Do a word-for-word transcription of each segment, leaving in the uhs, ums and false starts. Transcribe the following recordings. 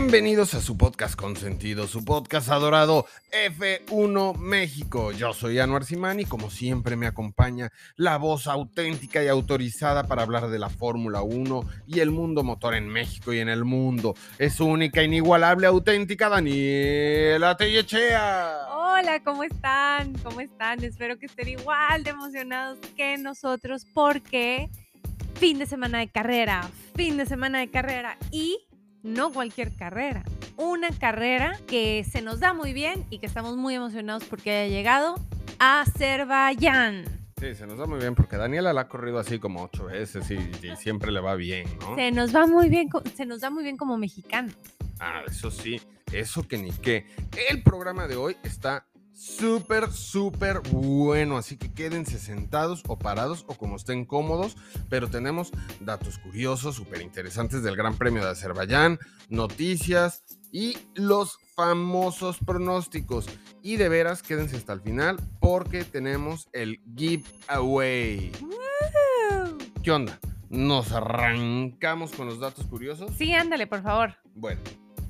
Bienvenidos a su podcast consentido, su podcast adorado F uno México. Yo soy Anuar Simán y como siempre me acompaña la voz auténtica y autorizada para hablar de la Fórmula uno y el mundo motor en México y en el mundo. Es su única, inigualable, auténtica Daniela Tellechea. Hola, ¿cómo están? ¿Cómo están? Espero que estén igual de emocionados que nosotros porque fin de semana de carrera, fin de semana de carrera y no cualquier carrera, una carrera que se nos da muy bien y que estamos muy emocionados porque haya llegado a Azerbaiyán. Sí, se nos da muy bien porque Daniela la ha corrido así como ocho veces y, y siempre le va bien, ¿no? Se nos va muy bien, se nos da muy bien como mexicanos. Ah, eso sí, eso que ni qué. El programa de hoy está súper, súper bueno, así que quédense sentados o parados o como estén cómodos, pero tenemos datos curiosos, súper interesantes del Gran Premio de Azerbaiyán, noticias y los famosos pronósticos. Y de veras, quédense hasta el final porque tenemos el giveaway. ¡Woo! ¿Qué onda? ¿Nos arrancamos con los datos curiosos? Sí, ándale, por favor. Bueno.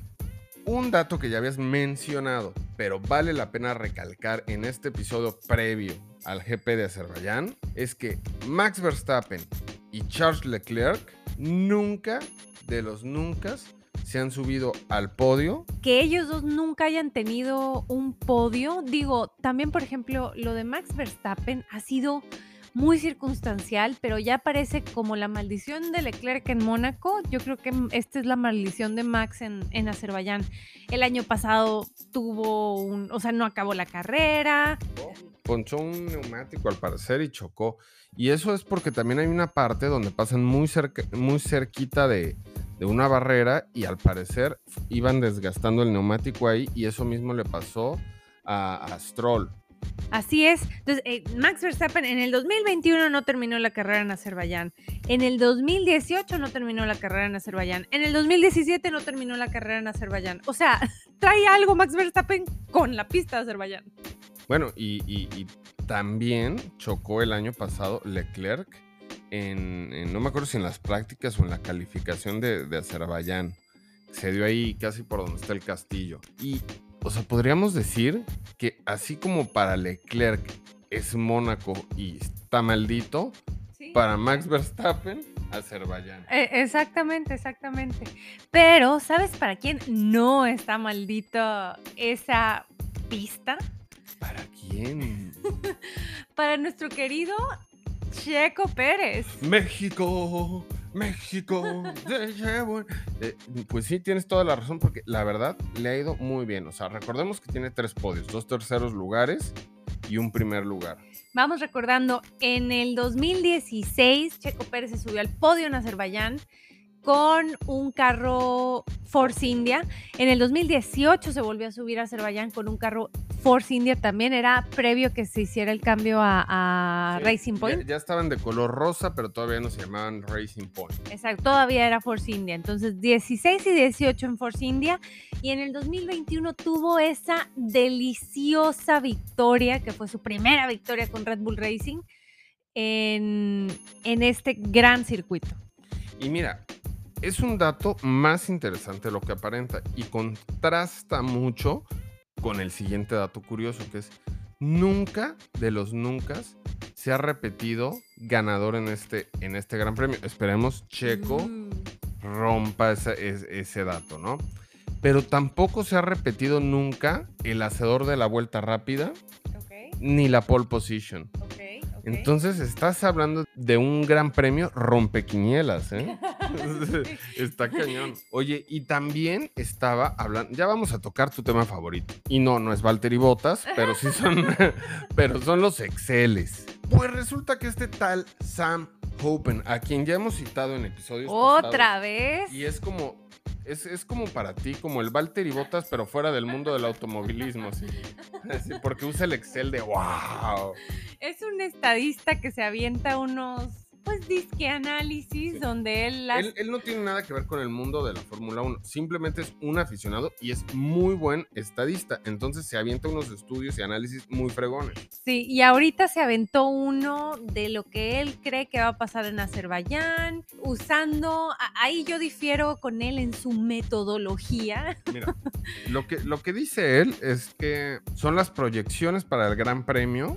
Un dato que ya habías mencionado, pero vale la pena recalcar en este episodio previo al G P de Azerbaiyán, es que Max Verstappen y Charles Leclerc nunca, de los nunca, se han subido al podio. Que ellos dos nunca hayan tenido un podio, digo, también por ejemplo, lo de Max Verstappen ha sido muy circunstancial, pero ya parece como la maldición de Leclerc en Mónaco. Yo creo que esta es la maldición de Max en, en Azerbaiyán. El año pasado tuvo un, o sea, no acabó la carrera. Ponchó un neumático al parecer y chocó. Y eso es porque también hay una parte donde pasan muy, cerca, muy cerquita de, de una barrera y al parecer iban desgastando el neumático ahí y eso mismo le pasó a, a Stroll. Así es. Entonces, eh, Max Verstappen en el dos mil veintiuno no terminó la carrera en Azerbaiyán. En el dos mil dieciocho no terminó la carrera en Azerbaiyán. En el dos mil diecisiete no terminó la carrera en Azerbaiyán. O sea, trae algo Max Verstappen con la pista de Azerbaiyán. Bueno, y, y, y también chocó el año pasado Leclerc en, en, no me acuerdo si en las prácticas o en la calificación de, de Azerbaiyán. Se dio ahí casi por donde está el castillo. Y o sea, podríamos decir que así como para Leclerc es Mónaco y está maldito, sí, para Max Verstappen, Azerbaiyán. Eh, exactamente, exactamente. Pero, ¿sabes para quién no está maldito esa pista? ¿Para quién? Para nuestro querido Checo Pérez. México, México, te llevo. Eh, pues sí, tienes toda la razón porque la verdad le ha ido muy bien. O sea, recordemos que tiene tres podios, dos terceros lugares y un primer lugar. Vamos recordando, en el dos mil dieciséis Checo Pérez se subió al podio en Azerbaiyán con un carro Force India. En el dos mil dieciocho se volvió a subir a Azerbaiyán con un carro Force India. También era previo que se hiciera el cambio a, a sí, Racing Point. Ya, ya estaban de color rosa, pero todavía no se llamaban Racing Point. Exacto, todavía era Force India. Entonces dieciséis y dieciocho en Force India. Y en el dos mil veintiuno tuvo esa deliciosa victoria, que fue su primera victoria con Red Bull Racing en, en este gran circuito. Y mira, es un dato más interesante de lo que aparenta y contrasta mucho con el siguiente dato curioso, que es nunca de los nunca se ha repetido ganador en este, en este Gran Premio. Esperemos Checo mm. rompa ese, ese, ese dato, ¿no? Pero tampoco se ha repetido nunca el hacedor de la vuelta rápida, okay, ni la pole position. Okay, okay. Entonces estás hablando de un Gran Premio rompequinielas, ¿eh? Está cañón. Oye, y también estaba hablando, ya vamos a tocar tu tema favorito. Y no, no es Valtteri Bottas, pero sí son, pero son los Exceles. Pues resulta que este tal Sam Hopen, a quien ya hemos citado en episodios ¿Otra pasados, vez? Y es como, es, es como para ti, como el Valtteri Bottas, pero fuera del mundo del automovilismo, ¿sí? Sí, porque usa el Excel de wow. Es un estadista que se avienta unos pues disque análisis, Sí. donde él las... Él, él no tiene nada que ver con el mundo de la Fórmula uno, simplemente es un aficionado y es muy buen estadista, entonces se avienta unos estudios y análisis muy fregones. Sí, y ahorita se aventó uno de lo que él cree que va a pasar en Azerbaiyán, usando, a- ahí yo difiero con él en su metodología. Mira, lo que, lo que dice él es que son las proyecciones para el Gran Premio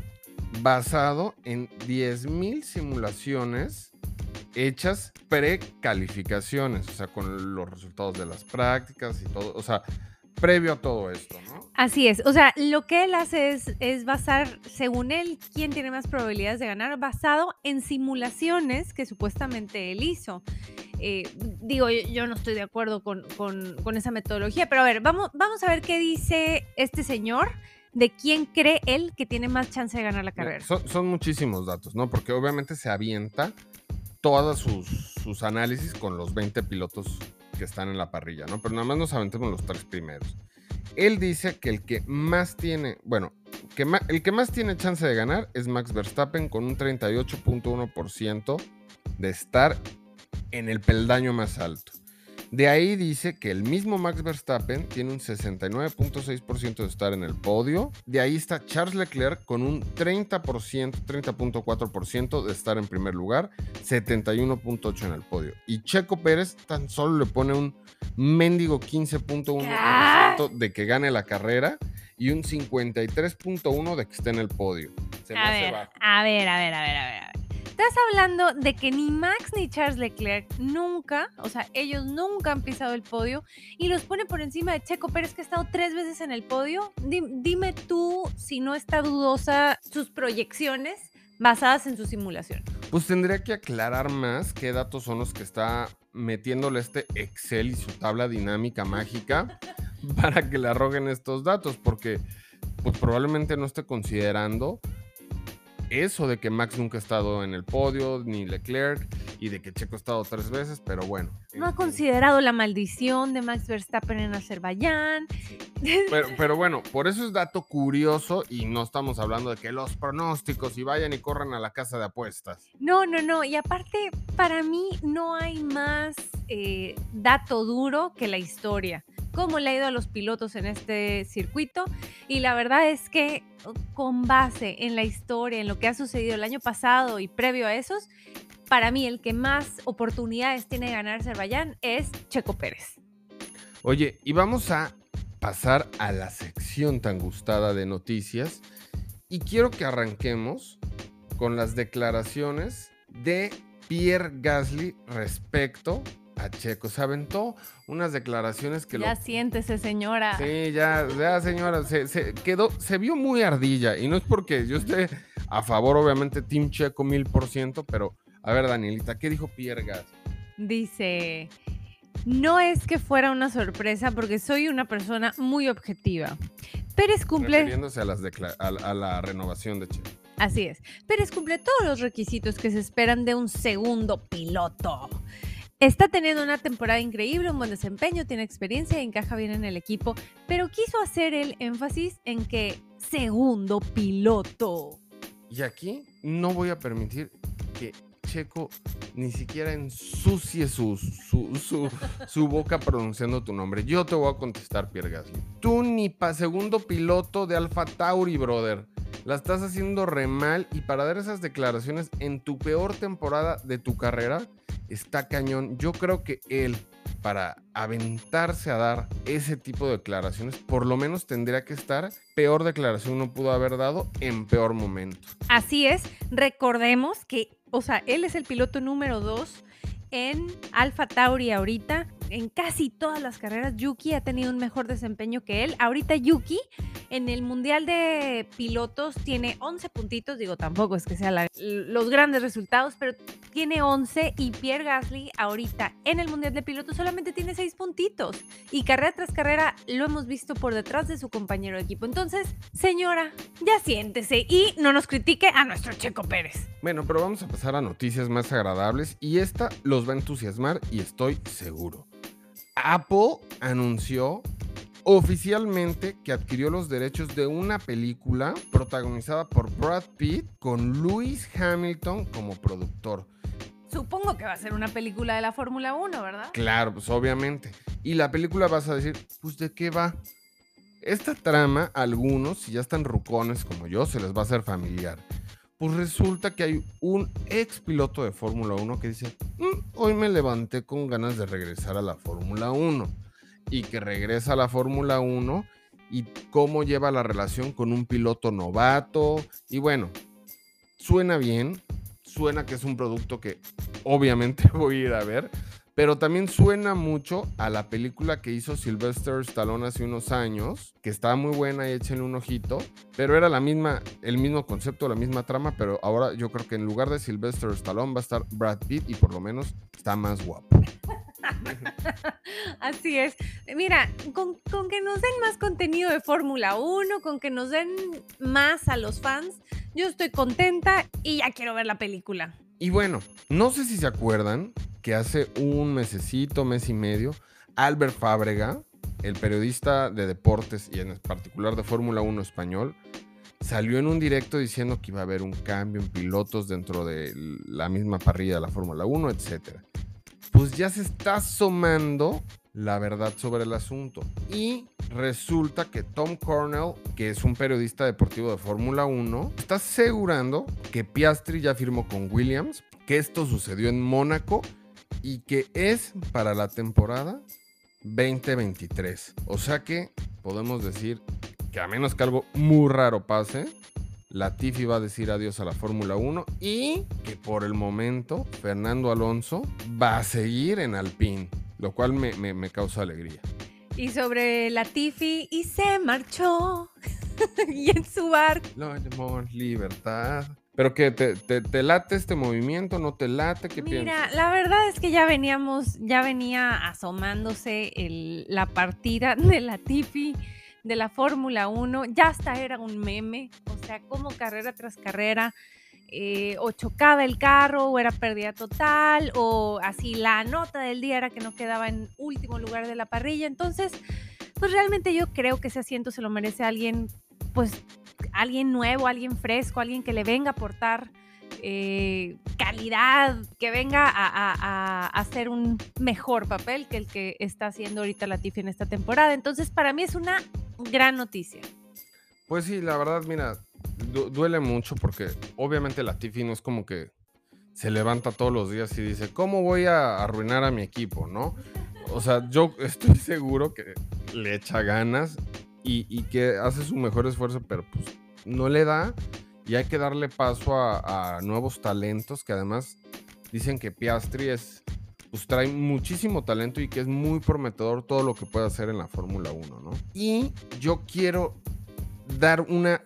basado en diez mil simulaciones hechas precalificaciones, o sea, con los resultados de las prácticas y todo, o sea, previo a todo esto, ¿no? Así es, o sea, lo que él hace es, es basar, según él, quién tiene más probabilidades de ganar, basado en simulaciones que supuestamente él hizo. Eh, digo, yo, yo no estoy de acuerdo con, con- con esa metodología, pero a ver, vamos, vamos a ver qué dice este señor de quién cree él que tiene más chance de ganar la Mira, carrera. son, son muchísimos datos, ¿no? Porque obviamente se avienta todos sus, sus análisis con los veinte pilotos que están en la parrilla, ¿no? Pero nada más nos aventemos los tres primeros. Él dice que el que más tiene, bueno, que ma- el que más tiene chance de ganar es Max Verstappen con un treinta y ocho punto uno por ciento de estar en el peldaño más alto. De ahí dice que el mismo Max Verstappen tiene un sesenta y nueve punto seis por ciento de estar en el podio. De ahí está Charles Leclerc con un treinta por ciento, treinta punto cuatro por ciento de estar en primer lugar, setenta y uno punto ocho por ciento en el podio. Y Checo Pérez tan solo le pone un mendigo quince punto uno por ciento de que gane la carrera y un cincuenta y tres punto uno por ciento de que esté en el podio. Se me A hace ver, bajo. a ver, a ver, a ver, a ver, a ver. Estás hablando de que ni Max ni Charles Leclerc nunca, o sea, ellos nunca han pisado el podio y los pone por encima de Checo Pérez, que ha estado tres veces en el podio. Di- dime tú si no está dudosa sus proyecciones basadas en su simulación. Pues tendría que aclarar más qué datos son los que está metiéndole este Excel y su tabla dinámica mágica para que le arroguen estos datos, porque pues probablemente no esté considerando eso de que Max nunca ha estado en el podio, ni Leclerc, y de que Checo ha estado tres veces, pero bueno. No ha en fin. considerado la maldición de Max Verstappen en Azerbaiyán. Pero, pero bueno, por eso es dato curioso y no estamos hablando de que los pronósticos y vayan y corran a la casa de apuestas. No, no, no. Y aparte, para mí no hay más eh, dato duro que la historia. Cómo le ha ido a los pilotos en este circuito. Y la verdad es que con base en la historia, en lo que ha sucedido el año pasado y previo a esos, para mí el que más oportunidades tiene de ganar Azerbaiyán es Checo Pérez. Oye, y vamos a pasar a la sección tan gustada de noticias y quiero que arranquemos con las declaraciones de Pierre Gasly respecto a Checo. Se aventó unas declaraciones que Ya lo... siéntese, señora. Sí, ya, ya señora, se, se quedó, se vio muy ardilla y no es porque yo esté a favor, obviamente, Team Checo mil por ciento, pero a ver, Danielita, ¿qué dijo Pierre Gasly? Dice, no es que fuera una sorpresa porque soy una persona muy objetiva. Pérez cumple... Refiriéndose a, las decla- a, a la renovación de Checo. Así es. Pérez cumple todos los requisitos que se esperan de un segundo piloto. Está teniendo una temporada increíble, un buen desempeño, tiene experiencia y encaja bien en el equipo, pero quiso hacer el énfasis en que segundo piloto. Y aquí no voy a permitir que Checo ni siquiera ensucie su, su, su, su boca pronunciando tu nombre. Yo te voy a contestar, Pierre Gasly. Tú ni para segundo piloto de Alfa Tauri, brother. La estás haciendo re mal y para dar esas declaraciones en tu peor temporada de tu carrera está cañón. Yo creo que él, para aventarse a dar ese tipo de declaraciones, por lo menos tendría que estar, peor declaración no pudo haber dado en peor momento. Así es, recordemos que, o sea, él es el piloto número dos en Alfa Tauri ahorita. En casi todas las carreras, Yuki ha tenido un mejor desempeño que él. Ahorita Yuki en el Mundial de Pilotos tiene once puntitos. Digo, tampoco es que sean los grandes resultados, pero tiene once. Y Pierre Gasly ahorita en el Mundial de Pilotos solamente tiene seis puntitos. Y carrera tras carrera lo hemos visto por detrás de su compañero de equipo. Entonces, señora, ya siéntese y no nos critique a nuestro Checo Pérez. Bueno, pero vamos a pasar a noticias más agradables y esta los va a entusiasmar y estoy seguro. Apple anunció oficialmente que adquirió los derechos de una película protagonizada por Brad Pitt con Lewis Hamilton como productor. supongo que va a ser una película de la Fórmula uno, ¿verdad? Claro, pues obviamente. Y la película vas a decir, pues ¿de qué va? Esta trama, a algunos, si ya están rucones como yo, se les va a hacer familiar. Pues resulta que hay un ex piloto de Fórmula uno que dice, "Mm, hoy me levanté con ganas de regresar a la Fórmula uno. Y que regresa a la Fórmula uno y cómo lleva la relación con un piloto novato. Y bueno, suena bien, suena que es un producto que obviamente voy a ir a ver, pero también suena mucho a la película que hizo Sylvester Stallone hace unos años, que estaba muy buena y échenle un ojito, pero era la misma, el mismo concepto, la misma trama, pero ahora yo creo que en lugar de Sylvester Stallone va a estar Brad Pitt y por lo menos está más guapo. Así es. Mira, con, con que nos den más contenido de Fórmula uno, con que nos den más a los fans, yo estoy contenta y ya quiero ver la película. Y bueno, no sé si se acuerdan que hace un mesecito, mes y medio, Albert Fábrega, el periodista de deportes y en particular de Fórmula uno español, salió en un directo diciendo que iba a haber un cambio en pilotos dentro de la misma parrilla de la Fórmula uno, etcétera. Pues ya se está asomando la verdad sobre el asunto. Y resulta que Tom Cornell, que es un periodista deportivo de Fórmula uno, está asegurando que Piastri ya firmó con Williams, que esto sucedió en Mónaco y que es para la temporada veinte veintitrés. O sea que podemos decir que a menos que algo muy raro pase, Latifi va a decir adiós a la Fórmula uno y que por el momento Fernando Alonso va a seguir en Alpine, lo cual me, me, me causa alegría. Y sobre Latifi, y se marchó y en su barco. Lo llamó libertad. ¿Pero qué? ¿Te, te, te late este movimiento? ¿No te late? ¿Qué Mira, piensas? la verdad es que ya veníamos, ya venía asomándose el, la partida de Latifi de la Fórmula uno, ya hasta era un meme, o sea, como carrera tras carrera, eh, o chocaba el carro, o era pérdida total, o así la nota del día era que no quedaba en último lugar de la parrilla. Entonces, pues realmente yo creo que ese asiento se lo merece alguien, pues alguien nuevo, alguien fresco, alguien que le venga a aportar eh, calidad, que venga a, a, a, a hacer un mejor papel que el que está haciendo ahorita Latifi en esta temporada. Entonces, para mí es una gran noticia. Pues sí, la verdad, mira, du- duele mucho porque obviamente Latifi no es como que se levanta todos los días y dice, ¿cómo voy a arruinar a mi equipo, no? O sea, yo estoy seguro que le echa ganas y, y que hace su mejor esfuerzo, pero pues no le da y hay que darle paso a, a nuevos talentos que además dicen que Piastri es, pues trae muchísimo talento y que es muy prometedor todo lo que puede hacer en la Fórmula uno, ¿no? Y yo quiero dar una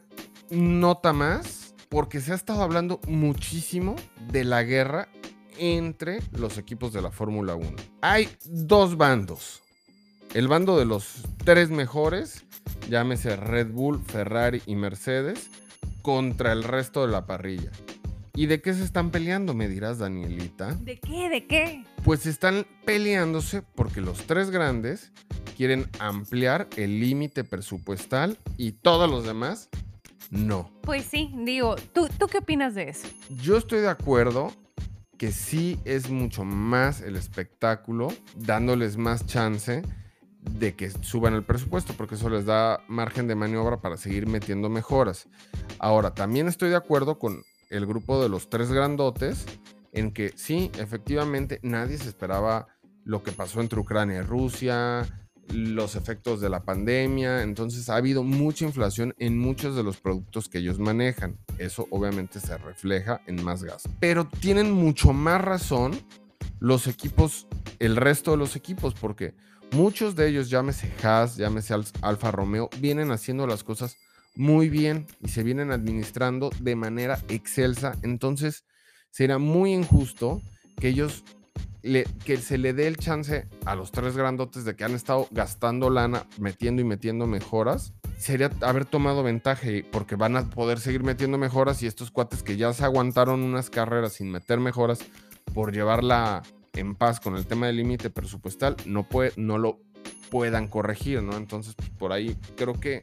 nota más porque se ha estado hablando muchísimo de la guerra entre los equipos de la Fórmula uno. Hay dos bandos. El bando de los tres mejores, llámese Red Bull, Ferrari y Mercedes, contra el resto de la parrilla. ¿Y de qué se están peleando, me dirás, Danielita? ¿De qué? ¿De qué? Pues están peleándose porque los tres grandes quieren ampliar el límite presupuestal y todos los demás no. Pues sí, digo, ¿tú, ¿tú qué opinas de eso? Yo estoy de acuerdo que sí es mucho más el espectáculo, dándoles más chance de que suban el presupuesto, porque eso les da margen de maniobra para seguir metiendo mejoras. Ahora, también estoy de acuerdo con el grupo de los tres grandotes en que sí, efectivamente, nadie se esperaba lo que pasó entre Ucrania y Rusia, los efectos de la pandemia, entonces ha habido mucha inflación en muchos de los productos que ellos manejan. Eso obviamente se refleja en más gasto. Pero tienen mucho más razón los equipos, el resto de los equipos, porque muchos de ellos, llámese Haas, llámese Alfa Romeo, vienen haciendo las cosas muy bien y se vienen administrando de manera excelsa. Entonces será muy injusto que ellos le, que se le dé el chance a los tres grandotes de que han estado gastando lana, metiendo y metiendo mejoras. Sería haber tomado ventaja porque van a poder seguir metiendo mejoras y estos cuates que ya se aguantaron unas carreras sin meter mejoras por llevarla en paz con el tema del límite presupuestal, no, puede, no lo puedan corregir, ¿no? Entonces, pues, por ahí creo que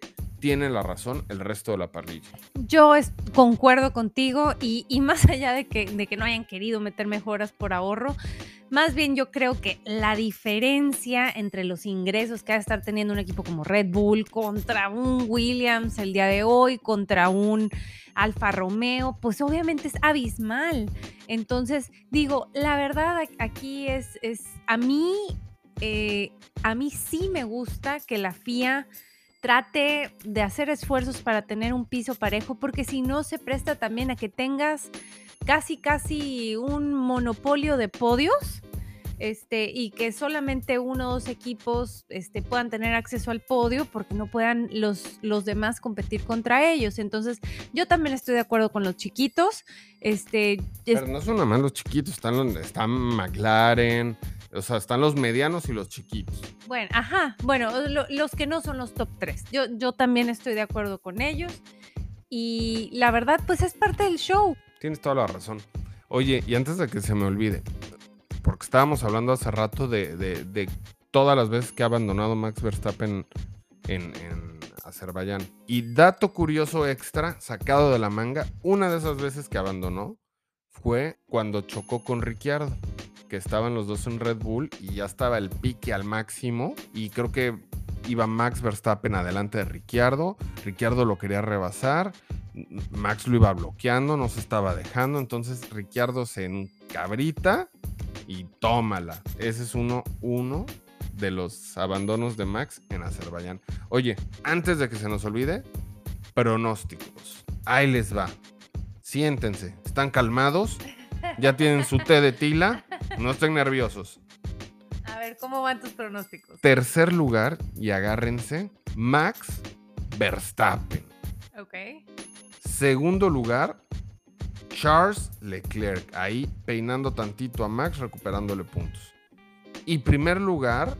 tiene la razón el resto de la parrilla. Yo es, concuerdo contigo y, y más allá de que, de que no hayan querido meter mejoras por ahorro, más bien yo creo que la diferencia entre los ingresos que va a estar teniendo un equipo como Red Bull contra un Williams el día de hoy, contra un Alfa Romeo, pues obviamente es abismal. Entonces, digo, la verdad aquí es, es a mí, eh, a mí sí me gusta que la F I A trate de hacer esfuerzos para tener un piso parejo, porque si no se presta también a que tengas casi casi un monopolio de podios, este, y que solamente uno o dos equipos este, puedan tener acceso al podio porque no puedan los, los demás competir contra ellos. Entonces, yo también estoy de acuerdo con los chiquitos. Este, Pero no son nada más los chiquitos, están, los, están McLaren, o sea, están los medianos y los chiquitos. Bueno, ajá, bueno, lo, los que no son los top tres. Yo, yo también estoy de acuerdo con ellos. Y la verdad, pues es parte del show. Tienes toda la razón. Oye, y antes de que se me olvide, porque estábamos hablando hace rato de, de, de todas las veces que ha abandonado Max Verstappen en, en Azerbaiyán. Y dato curioso extra, sacado de la manga, una de esas veces que abandonó fue cuando chocó con Ricciardo, que estaban los dos en Red Bull y ya estaba el pique al máximo. Y creo que iba Max Verstappen adelante de Ricciardo. Ricciardo lo quería rebasar. Max lo iba bloqueando, no se estaba dejando. Entonces Ricciardo se encabrita y tómala. Ese es uno, uno de los abandonos de Max en Azerbaiyán. Oye, antes de que se nos olvide, pronósticos. Ahí les va. Siéntense. ¿Están calmados? ¿Ya tienen su té de tila? No estén nerviosos. A ver, ¿cómo van tus pronósticos? Tercer lugar, y agárrense, Max Verstappen. Ok. Segundo lugar, Charles Leclerc, ahí peinando tantito a Max, recuperándole puntos. Y primer lugar,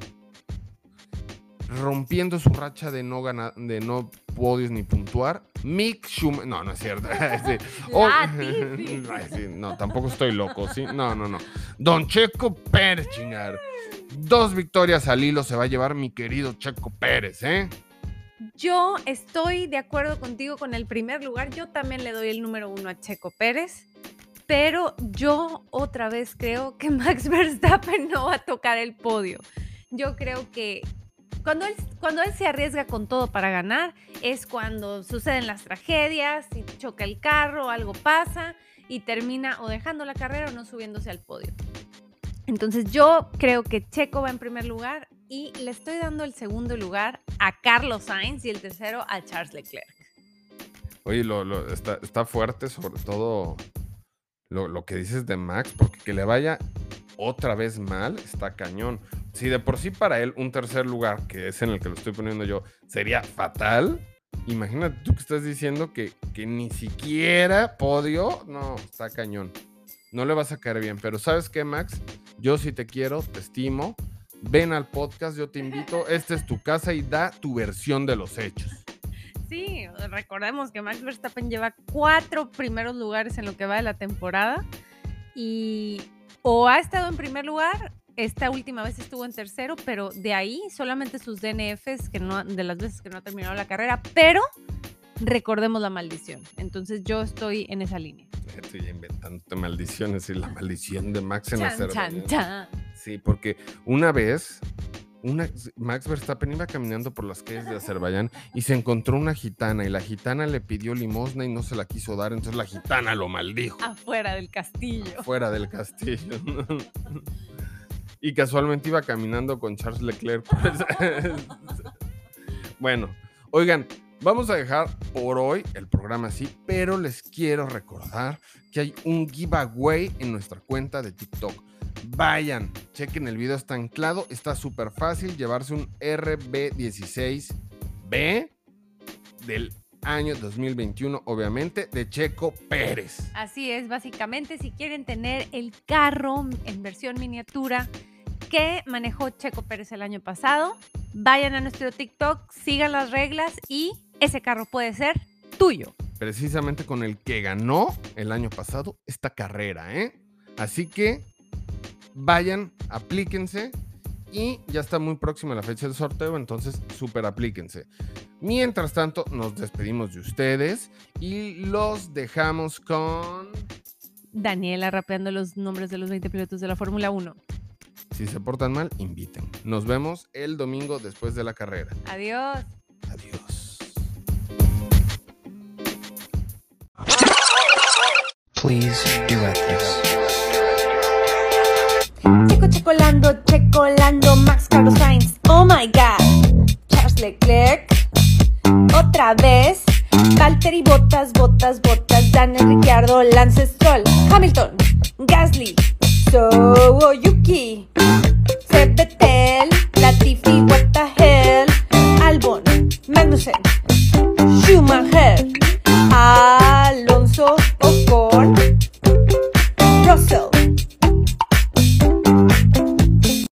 rompiendo su racha de no ganar, de no podios ni puntuar, Mick Schumacher. No, no es cierto. Sí. Oh, ay, sí, no, tampoco estoy loco, ¿sí? No, no, no. Don Checo Pérez, chingar. Dos victorias al hilo se va a llevar mi querido Checo Pérez, ¿eh? Yo estoy de acuerdo contigo con el primer lugar. Yo también le doy el número uno a Checo Pérez. Pero yo otra vez creo que Max Verstappen no va a tocar el podio. Yo creo que cuando él, cuando él se arriesga con todo para ganar es cuando suceden las tragedias, si choca el carro, algo pasa y termina o dejando la carrera o no subiéndose al podio. Entonces yo creo que Checo va en primer lugar y le estoy dando el segundo lugar a Carlos Sainz y el tercero a Charles Leclerc. Oye, lo, lo, está, está fuerte sobre todo lo, lo que dices de Max, porque que le vaya otra vez mal está cañón. Si de por sí para él un tercer lugar, que es en el que lo estoy poniendo yo, sería fatal, imagínate tú que estás diciendo que, que ni siquiera podio, no, está cañón. No le vas a caer bien, pero ¿sabes qué, Max? Yo sí te quiero, te estimo. Ven al podcast, yo te invito. Esta es tu casa y da tu versión de los hechos. Sí, recordemos que Max Verstappen lleva cuatro primeros lugares en lo que va de la temporada y o ha estado en primer lugar, esta última vez estuvo en tercero, pero de ahí solamente sus D N Fs, que no, de las veces que no ha terminado la carrera, pero recordemos la maldición. Entonces yo estoy en esa línea. Estoy inventándote maldiciones y la maldición de Max en Chan, Azerbaiyán. chan, chan. Sí, porque una vez una, Max Verstappen iba caminando por las calles de Azerbaiyán y se encontró una gitana y la gitana le pidió limosna y no se la quiso dar, entonces la gitana lo maldijo. Afuera del castillo. Fuera del castillo. Y casualmente iba caminando con Charles Leclerc. Bueno, oigan, vamos a dejar por hoy el programa así, pero les quiero recordar que hay un giveaway en nuestra cuenta de TikTok. Vayan, chequen el video, está anclado, está súper fácil llevarse un R B dieciséis B del año dos mil veintiuno, obviamente, de Checo Pérez. Así es, básicamente, si quieren tener el carro en versión miniatura que manejó Checo Pérez el año pasado, vayan a nuestro TikTok, sigan las reglas y ese carro puede ser tuyo. Precisamente con el que ganó el año pasado esta carrera, ¿eh? Así que vayan, aplíquense y ya está muy próxima la fecha del sorteo, entonces súper aplíquense. Mientras tanto, nos despedimos de ustedes y los dejamos con... Daniela rapeando los nombres de los veinte pilotos de la Fórmula uno. Si se portan mal, inviten. Nos vemos el domingo después de la carrera. Adiós. Adiós. Please do at this. Checo, checolando, checolando, Max, Carlos Sainz, oh my god. Charles Leclerc, otra vez. Valtteri, Bottas, Bottas, Bottas, Daniel Ricciardo, Lance Stroll, Hamilton, Gasly, So Yuki, C B T.